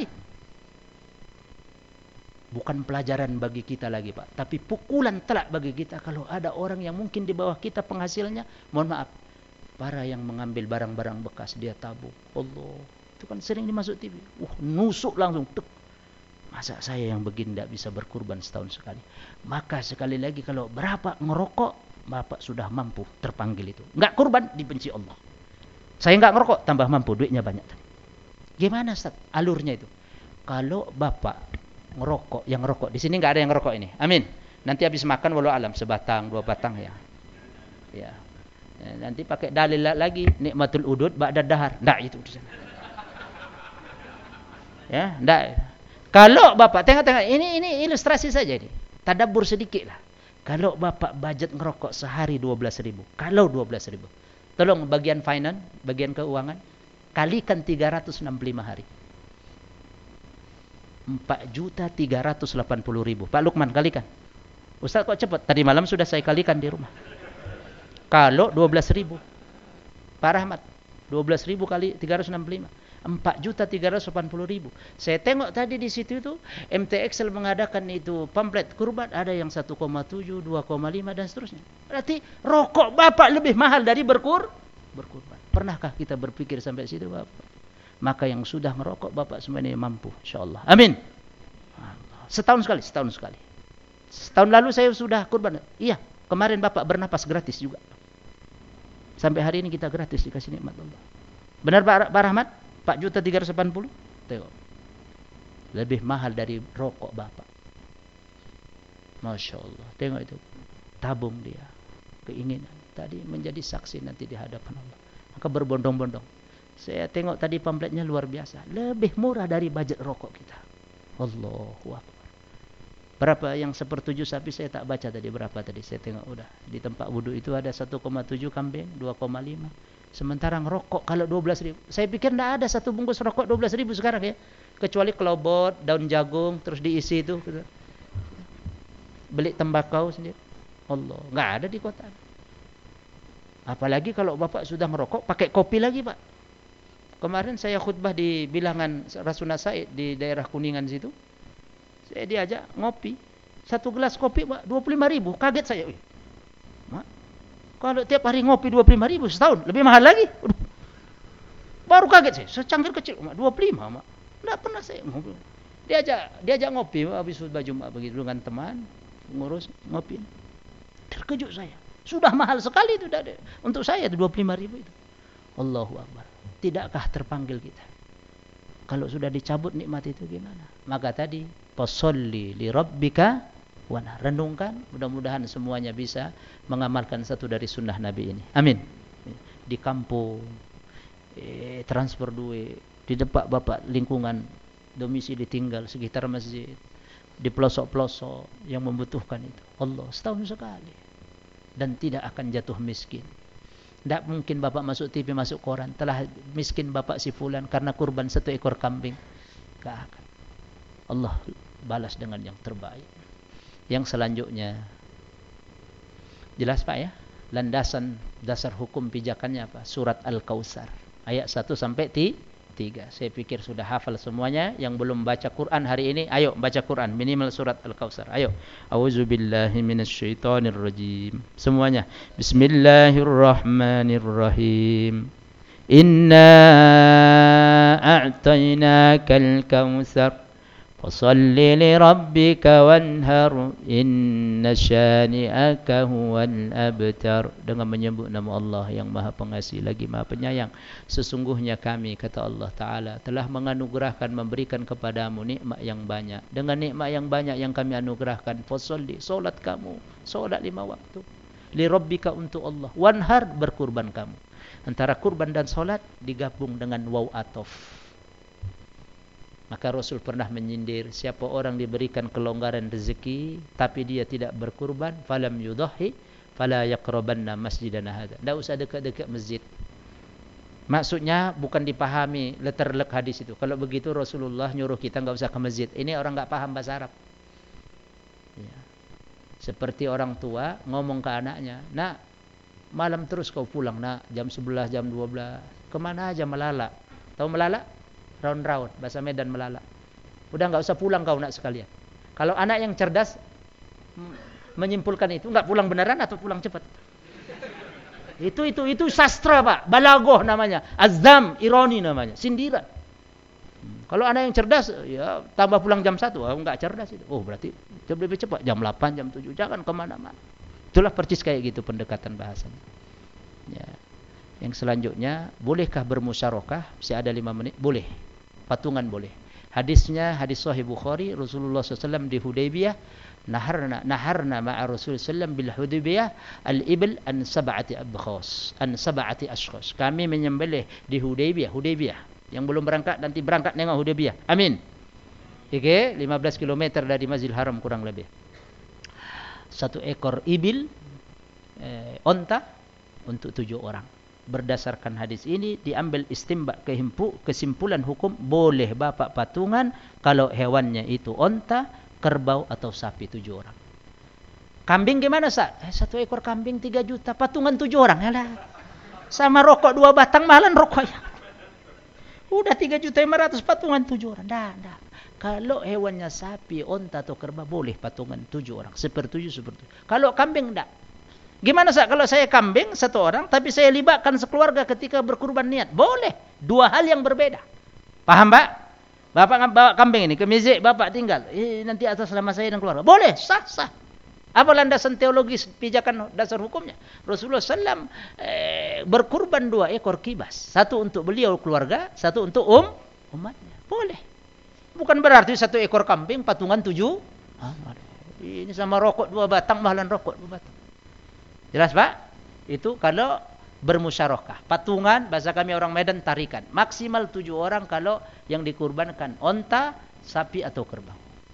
Bukan pelajaran bagi kita lagi Pak, tapi pukulan telak bagi kita kalau ada orang yang mungkin di bawah kita penghasilnya, mohon maaf, para yang mengambil barang-barang bekas dia tabung. Allah, itu kan sering dimasuk T V. Uh, nusuk langsung. Tek. Masa saya yang begini tidak bisa berkurban setahun sekali? Maka sekali lagi kalau berapa ngerokok, Bapak sudah mampu terpanggil itu. Enggak kurban, dibenci Allah. Saya enggak ngerokok, tambah mampu, duitnya banyak. Gimana Ustaz? Alurnya itu. Kalau Bapak ngerokok, yang ngerokok, di sini enggak ada yang ngerokok ini. Amin. Nanti habis makan walau alam sebatang, dua batang ya. Ya. Nanti pakai dalil lagi nikmatul udud ba'da dahar. Enggak itu. Ya, enggak. Kalau Bapak tengok-tengok, ini ini ilustrasi saja ini. Tadabbur sedikit lah. Kalau Bapak budget ngerokok sehari dua belas ribu. Kalau dua belas ribu. Tolong bagian finance, bagian keuangan, kalikan tiga ratus enam puluh lima hari. empat juta tiga ratus delapan puluh ribu. Pak Lukman kalikan. Ustaz kok cepat? Tadi malam sudah saya kalikan di rumah. Kalau dua belas ribu. Pak Rahmat, dua belas ribu kali tiga ratus enam puluh lima. empat juta tiga ratus delapan puluh ribu. Saya tengok tadi di situ itu M T Excel mengadakan itu pamflet kurban, ada yang satu koma tujuh, dua koma lima dan seterusnya. Berarti rokok Bapak lebih mahal dari berkur berkurban. Pernahkah kita berpikir sampai situ Bapak? Maka yang sudah merokok Bapak semuanya mampu insyaallah. Amin. Setahun sekali, setahun sekali. Setahun lalu saya sudah kurban. Iya, kemarin Bapak bernapas gratis juga. Sampai hari ini kita gratis dikasih nikmat Allah. Benar Pak, Pak Rahmat? empat juta tiga ratus delapan puluh. Tengok. Lebih mahal dari rokok Bapak. Masya Allah. Tengok itu. Tabung dia. Keinginan. Tadi menjadi saksi nanti di hadapan Allah. Maka berbondong-bondong. Saya tengok tadi pamfletnya luar biasa. Lebih murah dari budget rokok kita. Allahu Akbar. Berapa yang sepertujuh sapi saya tak baca tadi. Berapa tadi saya tengok udah. Di tempat wudhu itu ada satu koma tujuh kambing. dua koma lima. Sementara ngerokok kalau dua belas ribu. Saya pikir tidak ada satu bungkus rokok dua belas ribu sekarang ya. Kecuali kelobot, daun jagung, terus diisi itu. Beli tembakau sendiri. Allah, nggak ada di kota. Apalagi kalau Bapak sudah merokok, pakai kopi lagi Pak. Kemarin saya khutbah di bilangan Rasuna Said di daerah Kuningan situ. Saya diajak ngopi. Satu gelas kopi Pak, dua puluh lima ribu. Kaget saya. Wih, Mak, kalau tiap hari ngopi dua puluh lima ribu setahun, lebih mahal lagi. Aduh. Baru kaget saya, secangkir kecil, Mak, dua puluh lima, Mak. Tidak pernah saya ngopi. Diajak, diajak ngopi, Mak, habis khutbah Jumat begitu dengan teman, ngurus ngopi. Terkejut saya. Sudah mahal sekali itu untuk saya itu dua puluh lima ribu itu. Allahu Akbar. Tidakkah terpanggil kita? Kalau sudah dicabut nikmat itu gimana? Maka tadi, fasholli li rabbika wana, renungkan, mudah-mudahan semuanya bisa mengamalkan satu dari sunnah Nabi ini. Amin. Di kampung, eh, transfer duit, di depan Bapak lingkungan domisili tinggal sekitar masjid, di pelosok-pelosok yang membutuhkan itu. Allah, setahun sekali. Dan tidak akan jatuh miskin. Tidak mungkin Bapak masuk T V, masuk koran, telah miskin Bapak si fulan karena kurban satu ekor kambing. Tidak akan. Allah balas dengan yang terbaik. Yang selanjutnya, jelas Pak ya, landasan dasar hukum pijakannya apa? Surat Al-Kautsar ayat satu sampai tiga. Saya pikir sudah hafal semuanya. Yang belum baca Quran hari ini, ayo baca Quran minimal surat Al-Kautsar. Ayo. A'udzubillahi minasyaitonirrajim. Semuanya. Bismillahirrahmanirrahim. Inna a'tainakal kautsar fasalli li rabbika wanhar inna syani'aka huwal abtar. Dengan menyebut nama Allah yang Maha Pengasih lagi Maha Penyayang. Sesungguhnya kami, kata Allah Ta'ala, telah menganugerahkan, memberikan kepadamu nikmat yang banyak. Dengan nikmat yang banyak yang kami anugerahkan, fasalli, solat kamu, solat lima waktu, li rabbika, untuk Allah, wanhar, berkurban kamu. Antara kurban dan solat digabung dengan waw atof. Maka Rasul pernah menyindir, siapa orang diberikan kelonggaran rezeki tapi dia tidak berkurban, falam yudhahi fala yaqrabanna masjidana hadza. Enggak usah dekat-dekat masjid. Maksudnya bukan dipahami letter-lek hadis itu. Kalau begitu Rasulullah nyuruh kita nggak usah ke masjid. Ini orang nggak paham bahasa Arab. Ya. Seperti orang tua ngomong ke anaknya, nak, malam terus kau pulang, nak, jam sebelas, jam dua belas. Kemana aja melala? Tahu melala? Raun-raun, bahasa Medan melala. Udah nggak usah pulang kau nak sekalian. Kalau anak yang cerdas menyimpulkan itu, nggak pulang beneran atau pulang cepat. Itu itu itu sastra, Pak. Balagoh namanya. Azam, ironi namanya. Sindiran. Hmm. Kalau anak yang cerdas, ya tambah pulang jam satu. Oh, enggak cerdas itu. Oh, berarti lebih cepat. Jam delapan, jam tujuh. Jangan kemana-mana. Itulah percis kayak gitu pendekatan bahasanya. Ya. Yang selanjutnya, bolehkah bermusyarakah? Masih ada lima menit. Boleh. Patungan boleh. Hadisnya, hadis Sahih Bukhari. Rasulullah shallallahu alaihi wasallam di Hudaybiyah. Naharna naharna ma'a Rasulullah sallallahu alaihi wasallam bil Hudaybiyah al-ibil an sab'ati abkhas an sab'ati ashkhas. Kami menyembelih di Hudaybiyah, Hudaybiyah. Yang belum berangkat nanti berangkat nengok Hudaybiyah. Amin. Oke, lima belas kilometer dari Masjidil Haram kurang lebih. Satu ekor ibil eh, onta untuk tujuh orang. Berdasarkan hadis ini diambil istimbak kehimpu kesimpulan hukum boleh bapak patungan kalau hewannya itu onta, kerbau atau sapi tujuh orang. Kambing gimana, Sa? Eh, satu ekor kambing tiga juta, patungan tujuh orang. Yalah. Sama rokok dua batang malan rokoknya. Udah tiga juta lima ratus patungan tujuh orang. Dah, dah. Kalau hewannya sapi, onta atau kerbau boleh patungan tujuh orang. Sepertujuh, sepertujuh. Kalau kambing enggak. Gimana, Sa? Kalau saya kambing satu orang, tapi saya libatkan sekeluarga ketika berkurban niat. Boleh. Dua hal yang berbeda. Paham, Pak? Bapak bawa kambing ini ke masjid, bapak tinggal. Eh, nanti atas nama saya dan keluarga. Boleh, sah, sah. Apa landasan teologis pijakan dasar hukumnya? Rasulullah shallallahu alaihi wasallam eh, berkurban dua ekor kibas. Satu untuk beliau keluarga, satu untuk um umatnya. Boleh. Bukan berarti satu ekor kambing patungan tujuh. Ah, ini sama rokok dua batang, mahalan rokok dua batang. Jelas, Pak? Itu kalau bermusyarakah. Patungan, bahasa kami orang Medan, tarikan. Maksimal tujuh orang kalau yang dikurbankan onta, sapi atau kerbau.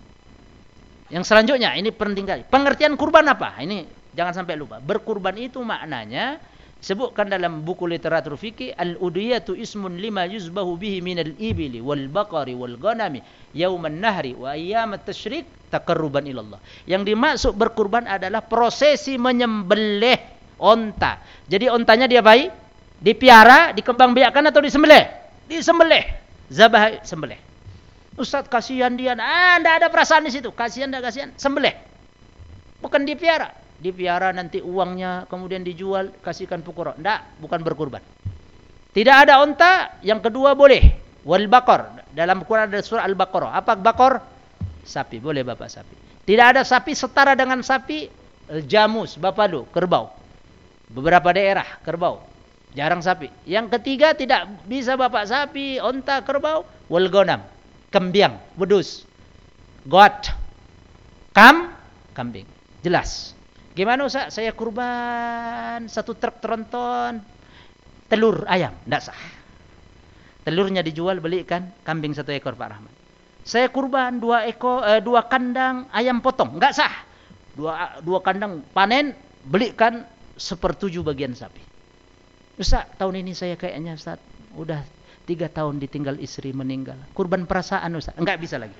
Yang selanjutnya, ini penting kali. Pengertian kurban apa? Ini jangan sampai lupa. Berkurban itu maknanya, sebutkan dalam buku literatur fikih, al-udhiyatu ismun lima yuzbahu bihi minal ibili wal baqari wal ghanami yauman nahri wa ayyamat tasyrik taqarruban ilallah. Yang dimaksud berkurban adalah prosesi menyembelih onta. Jadi ontanya dia baik, dipiara, dikembangbiakkan atau disembelih? Disembelih. Zabah sembelih. Ustaz kasihan dia. Ah, enggak ada perasaan di situ. Kasihan enggak kasihan? Sembelih. Bukan dipiara. Dipiara nanti uangnya kemudian dijual, kasihkan fuqara. Enggak, bukan berkurban. Tidak ada onta, yang kedua boleh. Wal baqar. Dalam Quran ada surah Al-Baqarah. Apa baqar? Sapi, boleh bapak sapi. Tidak ada sapi setara dengan sapi, jamus, bapalu, kerbau. Beberapa daerah kerbau, jarang sapi. Yang ketiga tidak bisa bapak sapi, onta, kerbau, wal ghanam, kembiang, wedus, goat, kam, kambing. Jelas. Gimana, Ustaz? Saya kurban satu truk tronton telur ayam, enggak sah. Telurnya dijual, belikan kambing satu ekor, Pak Rahman. Saya kurban dua ekor, eh, dua kandang ayam potong, enggak sah. Dua dua kandang panen, belikan sepertujuh bagian sapi. Ustaz, tahun ini saya kayaknya, Ustaz, udah tiga tahun ditinggal istri meninggal. Kurban perasaan, Ustaz. Enggak bisa lagi.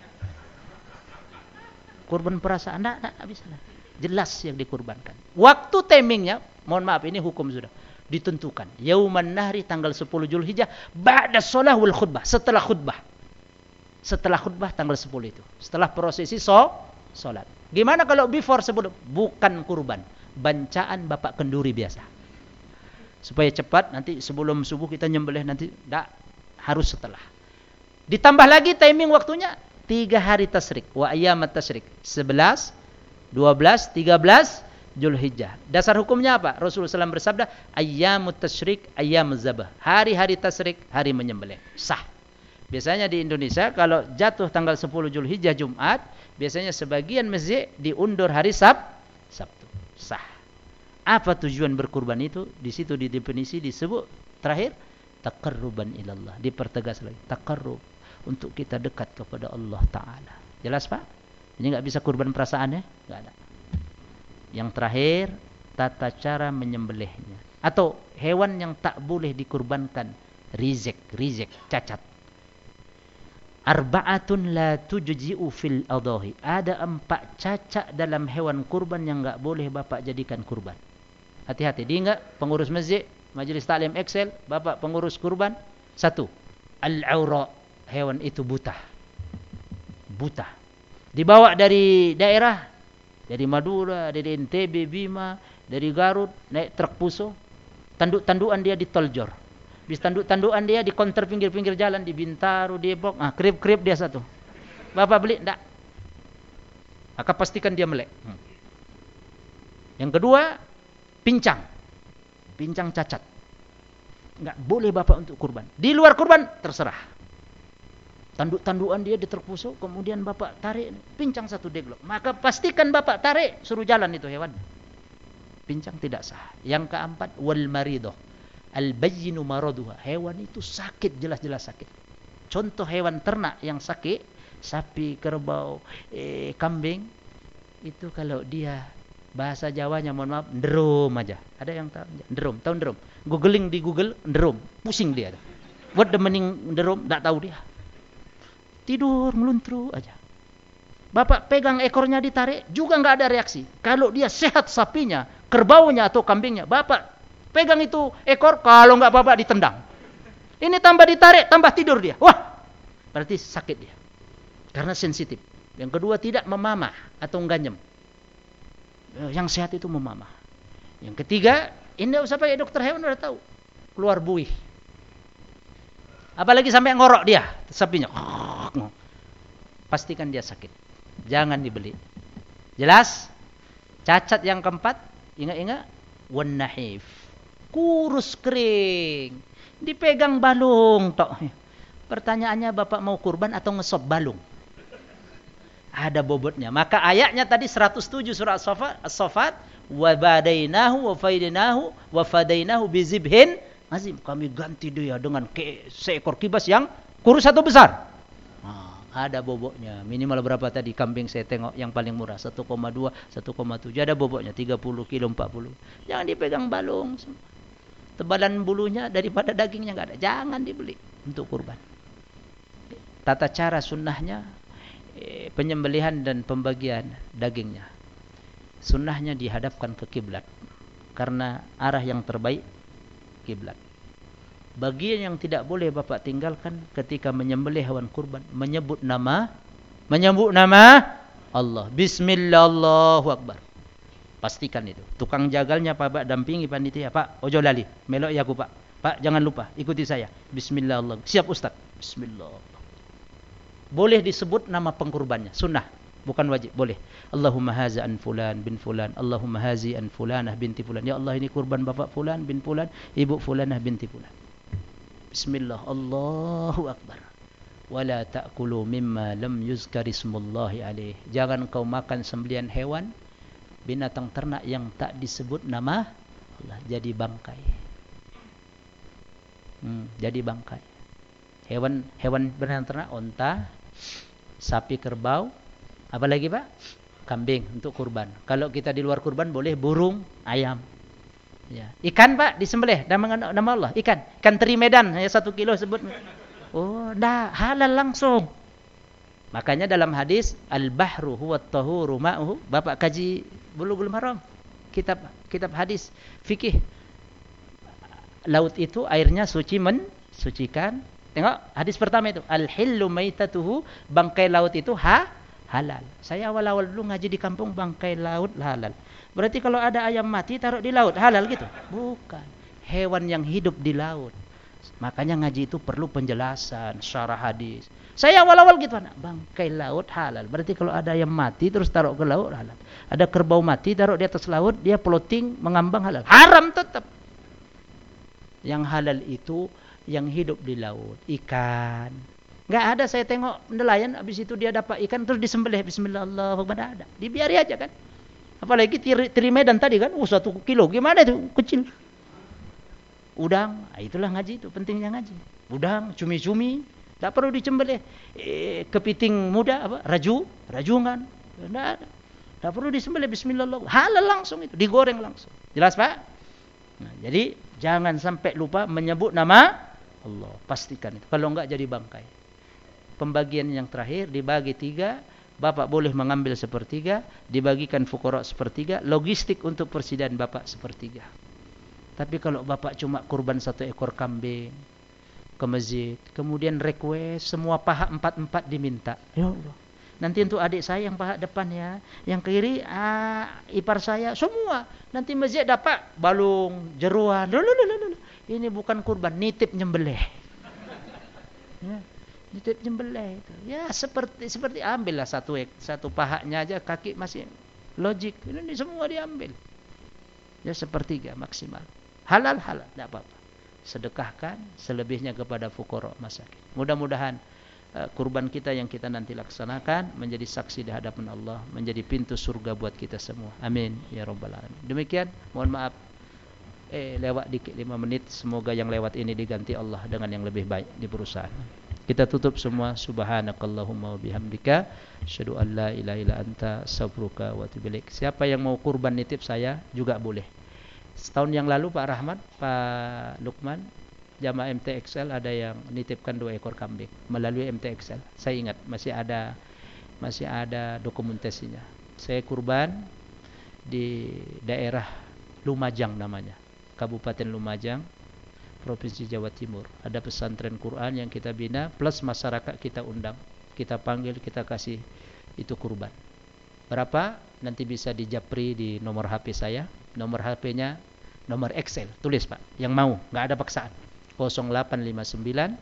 Kurban perasaan, enggak, enggak, enggak bisa lagi. Jelas yang dikurbankan. Waktu timingnya, mohon maaf, ini hukum sudah ditentukan. Yauman nahri, tanggal sepuluh Zulhijjah, ba'da shalah wal khutbah, setelah khutbah. Setelah khutbah tanggal sepuluh itu. Setelah prosesi so, salat. Gimana kalau before sebelum? Bukan kurban. Bancaan bapak kenduri biasa. Supaya cepat nanti sebelum subuh kita nyembelih nanti, enggak, harus setelah. Ditambah lagi timing waktunya tiga hari tasyrik, wa ayyamat tasyrik, sebelas, dua belas, tiga belas Zulhijjah. Dasar hukumnya apa? Rasulullah shallallahu alaihi wasallam bersabda, ayyamut tasyrik, ayyamuz zabah. Hari-hari tasyrik, hari menyembelih. Sah. Biasanya di Indonesia kalau jatuh tanggal sepuluh Zulhijjah Jumat, biasanya sebagian masjid diundur hari Sab, Sabtu. Sah. Apa tujuan berkurban itu? Di situ di definisi disebut terakhir taqarruban ilallah. Dipertegas lagi, taqarrub, untuk kita dekat kepada Allah Taala. Jelas, Pak? Ini enggak bisa kurban perasaan ya? Enggak ada. Yang terakhir, tata cara menyembelihnya. Atau hewan yang tak boleh dikurbankan rizek, rizek, cacat. Arba'atun la tujzi'u fil adahi. Ada empat cacat dalam hewan kurban yang enggak boleh bapak jadikan kurban. Hati-hati, diingat pengurus masjid, majelis taklim Excel, bapak pengurus kurban. Satu, al-aura, hewan itu buta. Buta. Dibawa dari daerah, dari Madura, dari N T B, Bima, dari Garut, naik truk puso. Tanduk-tandukan dia di Toljor. Bis tanduk-tandukan dia di konter pinggir-pinggir jalan di Bintaro, Depok. Ah, krip-krip dia satu. Bapak beli enggak? Maka pastikan dia melek. Hmm. Yang kedua, pincang. Pincang cacat. Enggak boleh bapak untuk kurban. Di luar kurban terserah. Tanduk-tandukan dia di truk puso, kemudian bapak tarik, pincang satu deglok. Maka pastikan bapak tarik, suruh jalan itu hewan. Pincang tidak sah. Yang keempat, wal maridoh. Al-bayyinu maraduha. Hewan itu sakit, jelas-jelas sakit. Contoh hewan ternak yang sakit, sapi, kerbau, eh, kambing, itu kalau dia bahasa Jawanya mohon maaf, nderum aja. Ada yang tahu? Nderum, tahu nderum? Googling di Google, nderum, pusing dia. Buat demening nderum, enggak tahu dia. Tidur meluntru aja. Bapak pegang ekornya ditarik, juga enggak ada reaksi. Kalau dia sehat sapinya, kerbaunya atau kambingnya, bapak pegang itu ekor, kalau enggak bapak ditendang. Ini tambah ditarik, tambah tidur dia. Wah, berarti sakit dia. Karena sensitif. Yang kedua, tidak memamah atau ganjem. Yang sehat itu memamah. Yang ketiga, ini enggak usah pakai dokter hewan, udah tahu. Keluar buih. Apalagi sampai ngorok dia, sapinya. Pastikan dia sakit. Jangan dibeli. Jelas? Cacat yang keempat, ingat-ingat, wan nahif. Kurus kering, dipegang balung tok. Pertanyaannya, bapak mau kurban atau ngesop balung? Ada bobotnya. Maka ayatnya tadi seratus tujuh surah As-Saffat, wa badainahu wa faidinahu wa fadainahu bizibhin azim. Kami ganti dia dengan ke seekor kibas yang kurus atau besar. Nah, ada bobotnya. Minimal berapa tadi kambing saya tengok yang paling murah, satu koma dua, satu koma tujuh. Ada bobotnya tiga puluh kilo, empat puluh. Jangan dipegang balung. Tebalan bulunya daripada dagingnya enggak ada. Jangan dibeli untuk kurban. Tata cara sunnahnya, eh, penyembelihan dan pembagian dagingnya. Sunnahnya dihadapkan ke kiblat. Karena arah yang terbaik kiblat. Bagian yang tidak boleh bapak tinggalkan ketika menyembelih hewan kurban, menyebut nama, menyebut nama Allah. Bismillah, Allahu Akbar. Pastikan itu. Tukang jagalnya Pak, dampingi panitia. Pak, ojo lali. Melok ya aku Pak. Pak, jangan lupa. Ikuti saya. Bismillah Allah. Siap Ustaz. Bismillah. Boleh disebut nama pengkurbannya. Sunnah. Bukan wajib. Boleh. Allahumma haza an fulan bin fulan. Allahumma hazi an fulanah binti fulan. Ya Allah, ini kurban bapak fulan bin fulan. Ibu fulanah binti fulan. Bismillah. Allahu Akbar. Wala ta'kulu mimma lam yuzkar ismullahi alaih. Jangan kau makan sembelihan hewan, binatang ternak yang tak disebut nama Allah, jadi bangkai. Hmm, jadi bangkai. Hewan hewan binatang ternak, onta, sapi, kerbau, apa lagi Pak? Kambing untuk kurban. Kalau kita di luar kurban boleh burung, ayam. Ya. Ikan Pak disembelih nama nama Allah, ikan, ikan teri Medan, hanya satu kilo sebut. Oh, dah halal langsung. Makanya dalam hadis al-bahru huwa at-tahuru ma'uhu, bapak kaji Bulughul Maram, kitab kitab hadis fikih. Laut itu airnya suci, mensucikan. Tengok hadis pertama itu, al-hillu maitatuhu, bangkai laut itu ha halal. Saya awal-awal dulu ngaji di kampung, bangkai laut halal. Berarti kalau ada ayam mati taruh di laut halal gitu? Bukan. Hewan yang hidup di laut. Makanya ngaji itu perlu penjelasan syarah hadis. Saya awal-awal gitu anak, bangkai laut halal. Berarti kalau ada yang mati terus taruh ke laut halal. Ada kerbau mati taruh di atas laut, dia floating mengambang halal. Haram tetap. Yang halal itu yang hidup di laut, ikan. Enggak ada saya tengok nelayan habis itu dia dapat ikan terus disembelih bismillah, enggak ada. Dibiari aja kan. Apalagi teri, teri Medan tadi kan, oh satu kilo, gimana itu kecil. Udang, nah itulah ngaji itu, pentingnya ngaji. Udang, cumi-cumi, tak perlu dicembelih. Eh, kepiting muda apa? Raju, rajungan. Enggak ada. Tak perlu disembelih bismillah. Halal langsung itu, digoreng langsung. Jelas Pak? Nah, jadi jangan sampai lupa menyebut nama Allah, pastikan itu. Kalau enggak jadi bangkai. Pembagian yang terakhir dibagi tiga, bapak boleh mengambil sepertiga, dibagikan fuqara sepertiga, logistik untuk persediaan bapak sepertiga. Tapi kalau bapak cuma kurban satu ekor kambing ke masjid, kemudian request semua paha empat-empat diminta. Ya Allah. Nanti untuk adik saya yang paha depan ya, yang kiri ah, ipar saya, semua. Nanti masjid dapat balung, jeruan. Lulululul. Ini bukan kurban, nitip nyembelih. Ya. Nitip nyembelih itu. Ya seperti seperti ambillah satu satu pahanya aja, kaki masih logik. Ini semua diambil. Ya sepertiga maksimal. Halal halal, tidak apa-apa. Sedekahkan selebihnya kepada fuqara masakin. Mudah-mudahan uh, kurban kita yang kita nanti laksanakan menjadi saksi di hadapan Allah, menjadi pintu surga buat kita semua. Amin ya rabbal alamin. Demikian, mohon maaf eh lewat dikit lima menit. Semoga yang lewat ini diganti Allah dengan yang lebih baik di perusahaan. Kita tutup semua. Subhanakallahumma wa bihamdika asyhadu an la ilaha illa anta astaghfiruka wa atubu ilaik. Siapa yang mau kurban nitip saya juga boleh. Setahun yang lalu Pak Rahmat, Pak Lukman, jamaah M T X L ada yang nitipkan dua ekor kambing melalui M T X L. Saya ingat masih ada masih ada dokumentasinya. Saya kurban di daerah Lumajang namanya, Kabupaten Lumajang, Provinsi Jawa Timur. Ada pesantren Quran yang kita bina, plus masyarakat kita undang, kita panggil, kita kasih itu kurban. Berapa? Nanti bisa dijapri di nomor H P saya. Nomor H P-nya nomor Excel. Tulis Pak, yang mau, nggak ada paksaan. nol delapan lima sembilan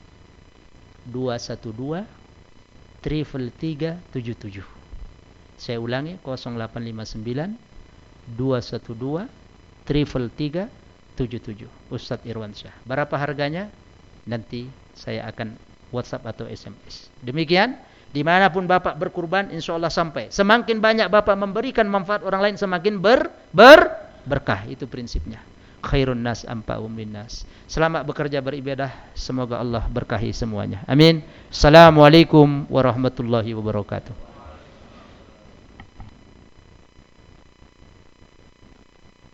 dua satu dua tiga tiga tujuh tujuh. Saya ulangi, nol delapan lima sembilan dua satu dua tiga tiga tujuh tujuh. Ustadz Irwansyah. Berapa harganya? Nanti saya akan WhatsApp atau S M S. Demikian, dimanapun Bapak berkurban, insya Allah sampai. Semakin banyak Bapak memberikan manfaat orang lain, semakin ber, ber berkah. Itu prinsipnya. Khairun nas anfa'uhum linnas. Selamat bekerja beribadah. Semoga Allah berkahi semuanya. Amin. Assalamualaikum warahmatullahi wabarakatuh.